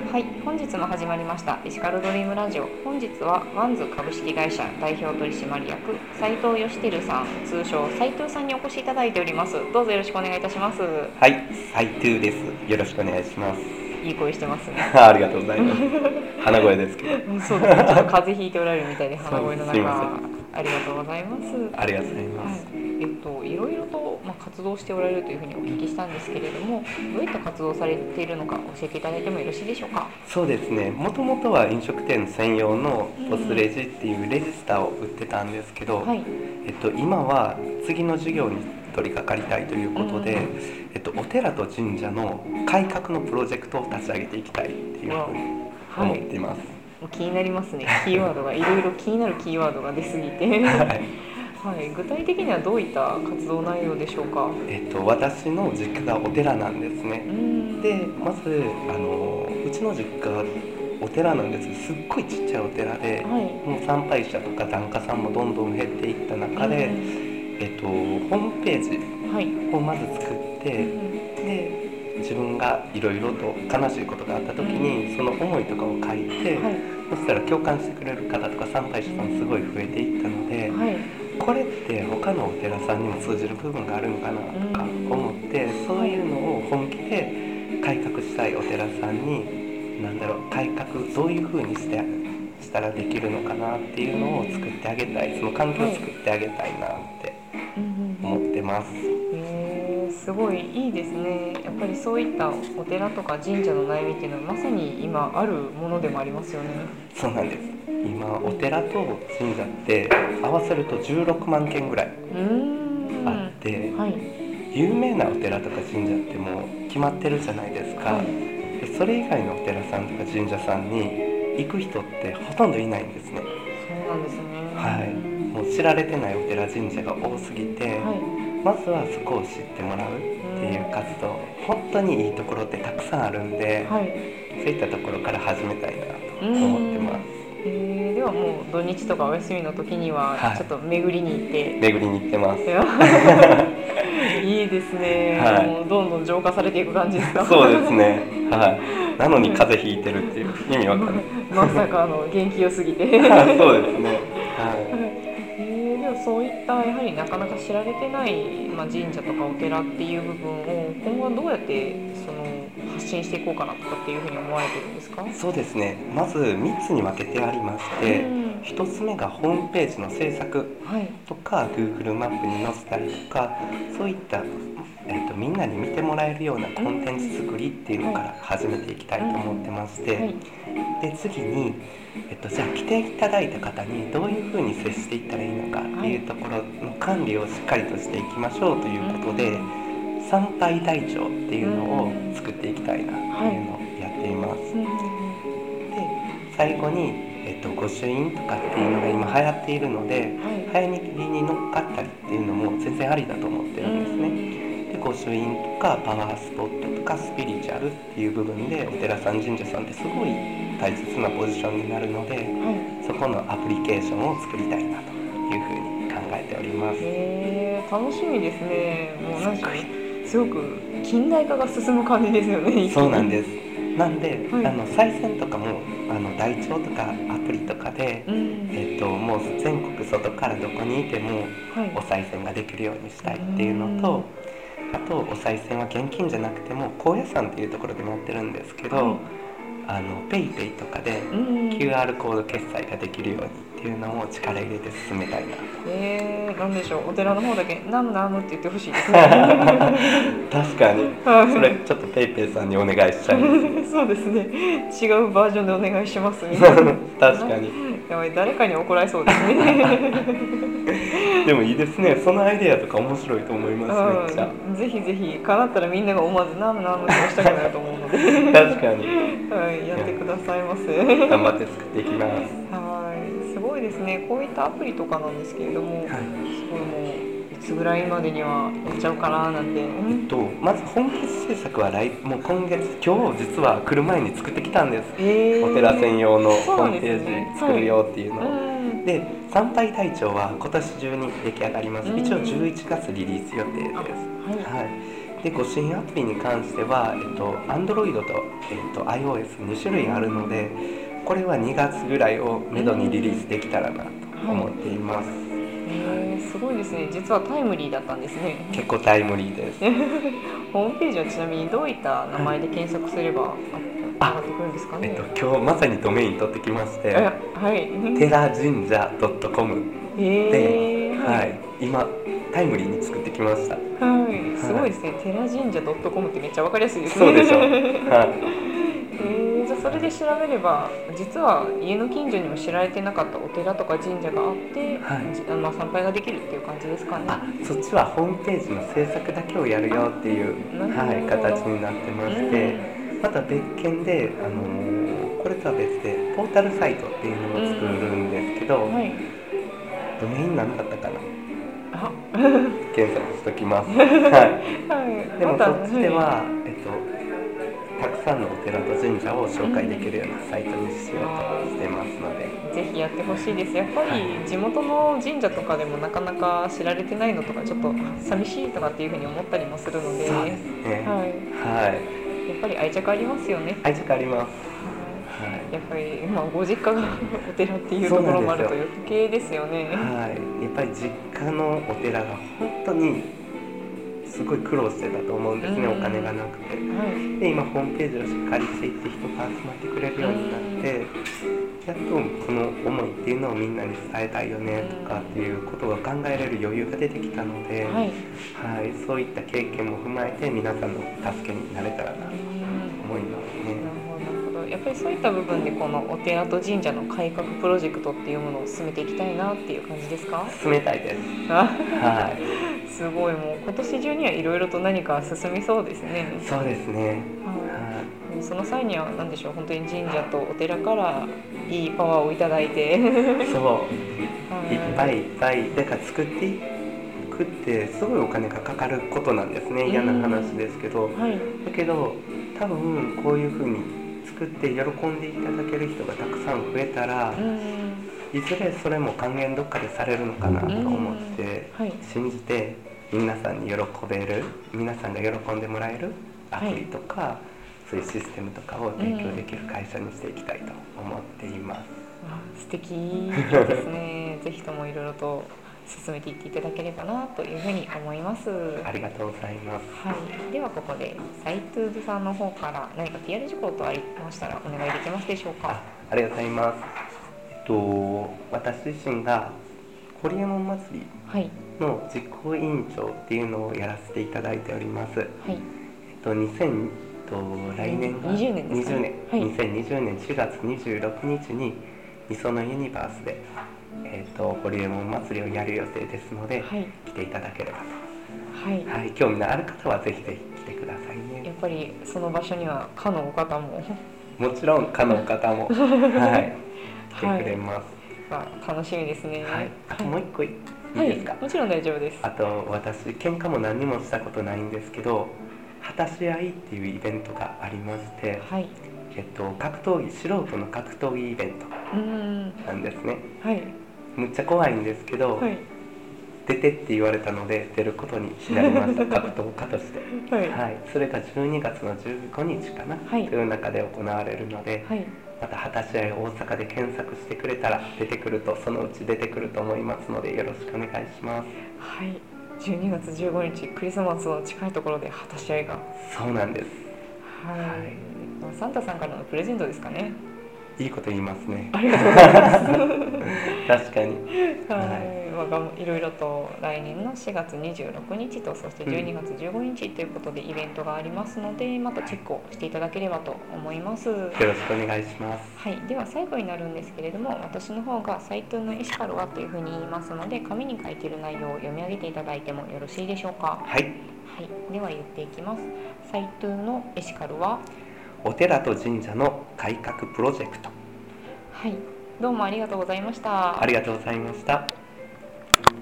はい、本日も始まりましたエシカルドリームラジオ。本日はワンズ株式会社代表取締役斉藤義輝さん、通称斉藤さんにお越しいただいております。どうぞよろしくお願いいたします。 はい、斉藤です。よろしくお願いします。 いい声してますね。 ありがとうございます。鼻声ですけど。 そうですね、ちょっと風邪ひいておられるみたいで鼻声の中、 すいまありがとうございます。 ありがとうございます。 はい、いろいろと、活動しておられるというふうにお聞きしたんですけれども、どういった活動をされているのか教えていただいてもよろしいでしょうか。 そうですね、もともとは飲食店専用のポスレジっていうレジスターを売ってたんですけど、 はい、 今は次の事業に取り掛かりたいということで、お寺と神社の改革のプロジェクトを立ち上げていきたいっていうふうに思っています。 もう気になりますね。キーワードがいろいろ気になるキーワードが出すぎてはい、具体的にはどういった活動内容でしょうか。 私の実家がお寺なんですね。で、まずうちの実家はお寺なんです。すっごいちっちゃいお寺で、もう参拝者とか檀家さんもどんどん減っていった中で、ホームページをまず作って、で自分がいろいろと悲しいことがあった時にその思いとかを書いて、そしたら共感してくれる方とか参拝者さんすごい増えていったので、これって他のお寺さんにも通じる部分があるのかなとか思って、そういうのを本気で改革したいお寺さんに改革どういう風にしたらできるのかなっていうのを作ってあげたい、その環境を作ってあげたいなって思ってます。 すごいいいですね。やっぱりそういったお寺とか神社の悩みっていうのはまさに今あるものでもありますよね。 そうなんです。今お寺と神社って合わせると16万件ぐらいあって、有名なお寺とか神社ってもう決まってるじゃないですか。でそれ以外のお寺さんとか神社さんに行く人ってほとんどいないんですね。 そうなんですね。 もう知られてないお寺神社が多すぎて、まずはそこを知ってもらうっていう活動、本当にいいところってたくさんあるんで、そういったところから始めたいなと思ってます。 ではもう土日とかお休みの時にはちょっと巡りに行って、 巡りに行ってます。 いいですね。もうどんどん浄化されていく感じですか。 そうですね。なのに風邪ひいてるっていう意味わかんない。 まさか元気良すぎて。 そうですね。 でもそういったやはりなかなか知られてない、神社とかお寺っていう部分を今後はどうやって発信していこうかなとかっていうふうに思われてるんですか。 そうですね。まず3つに分けてありまして、1つ目がホームページの制作とか、Google マップに載せたりとか、そういったみんなに見てもらえるようなコンテンツ作りっていうのから始めていきたいと思ってまして、で次に、じゃあ来ていただいた方にどういうふうに接していったらいいのかっていうところの管理をしっかりとしていきましょうということで、参拝台帳っていうのを作っていきたいなっていうのをやっています。で最後に、御朱印とかっていうのが今流行っているので、流行りに乗っかったりっていうのも全然ありだと思ってるんですね。で御朱印とかパワースポットとかスピリチュアルっていう部分でお寺さん神社さんってすごい大切なポジションになるので、そこのアプリケーションを作りたいなというふうに考えております。 楽しみですね。もうなんかすごく近代化が進む感じですよね。 そうなんです。なんで、再選とかも台帳とかアプリとかで、もう全国外からどこにいてもお賽銭ができるようにしたいっていうのと、あとお賽銭は現金じゃなくても高野山っていうところでもやってるんですけど、ペイペイとかで QR コード決済ができるようにっていうのを力入れて進めたいな。 なんでしょう、お寺の方だけナムナムって言ってほしいですね。 確かに、それちょっとペイペイさんにお願いしちゃいます。 そうですね、違うバージョンでお願いしますね。 確かに。 やばい、誰かに怒られそうですね。 でもいいですね、そのアイデアとか面白いと思います。めっちゃぜひぜひ叶ったらみんなが思わずナムナムって押したくなると思うので確かに、 やってくださいませ。 頑張って作っていきます。 すごいですね。こういったアプリとかなんですけれども、すごいもういつぐらいまでにはやっちゃうかななんて。 まずホームページ制作はもう今日実は来る前に作ってきたんです。お寺専用のホームページ作るよっていうのを。で参拝台帳は今年中に出来上がります。一応11月リリース予定です。 でご支援アプリに関しては、Android と、iOS2 種類あるので、これは2月ぐらいをめどにリリースできたらなと思っています。 すごいですね。実はタイムリーだったんですね。 結構タイムリーですホームページはちなみにどういった名前で検索すれば上がってくるんですかね。 今日まさにドメイン取ってきまして、テラ神社 .com で、今タイムリーに作ってきました。 すごいですね。テラ神社 .com ってめっちゃ分かりやすいですね。 そうでしょじゃあそれで調べれば、実は家の近所にも知られてなかったお寺とか神社があって、参拝ができるっていう感じですかね。 そっちはホームページの制作だけをやるよっていう、形になってまして、また別件で、これとは別でポータルサイトっていうのを作るんですけど、ドメイン何だったかな、検索しときますでもそっちでは、たくさんのお寺と神社を紹介できるようなサイトにしようとしてますので、 ぜひやってほしいです。やっぱり地元の神社とかでもなかなか知られてないのとか、ちょっと寂しいとかっていうふうに思ったりもするので、 そうですね、 やっぱり愛着ありますよね。 愛着あります。 やっぱりご実家がお寺っていうところもあると余計ですよね。 やっぱり実家のお寺が本当にすごい苦労してたと思うんですね、お金がなくて、で今ホームページをしっかりしていって人が集まってくれるようになって、やっとこの思いっていうのをみんなに伝えたいよねとかっていうことが考えられる余裕が出てきたので、そういった経験も踏まえて皆さんの助けになれたらなと思いますね。 やっぱりそういった部分でこのお寺と神社の改革プロジェクトっていうものを進めていきたいなっていう感じですか？ 進めたいですすごい、もう今年中にはいろいろと何か進みそうですね。 そうですね、 その際には何でしょう、本当に神社とお寺からいいパワーをいただいてそういっぱいいっぱいだから作っていくってすごいお金がかかることなんですね。嫌な話ですけど、だけど多分こういうふうに作って喜んでいただける人がたくさん増えたら、いずれそれも還元どっかでされるのかなと思って、信じて皆さんに皆さんが喜んでもらえるアプリとか、そういうシステムとかを提供できる会社にしていきたいと思っています。 素敵ですねぜひともいろいろと進めていっていただければなというふうに思います。 ありがとうございます。 ではここでサイトゥーズさんの方から何か PR 事項とありましたらお願いできますでしょうか？ ありがとうございます。私自身がホリエモン祭りの実行委員長っていうのをやらせていただいております。来年が2020年4月26日にみそのユニバースで、ホリエモン祭りをやる予定ですので、来ていただければと、興味のある方はぜひぜひ来てくださいね。 やっぱりその場所には課の方ももちろん課の方も来てくれます。 楽しみですね。 あともう一個いいですか？ もちろん大丈夫です。 あと私喧嘩も何にもしたことないんですけど、果たし合いっていうイベントがありまして、格闘技、素人の格闘技イベントなんですね。むっちゃ怖いんですけど、出てって言われたので出ることになりました格闘家としてそれが12月の15日かな、という中で行われるので、また果たし合い大阪で検索してくれたらそのうち出てくると思いますのでよろしくお願いします。 12月15日クリスマスの近いところで果たし合いが。 そうなんです。 サンタさんからのプレゼントですかね。 いいこと言いますね。 ありがとうございます確かに。 いろいろと来年の4月26日とそして12月15日ということでイベントがありますので、またチェックをしていただければと思います。よろしくお願いします。 では最後になるんですけれども、私の方がサイトゥーのエシカルはというふうに言いますので、紙に書いている内容を読み上げていただいてもよろしいでしょうか？では言っていきます。サイトゥーのエシカルはお寺と神社の改革プロジェクト。 どうもありがとうございました。 ありがとうございました。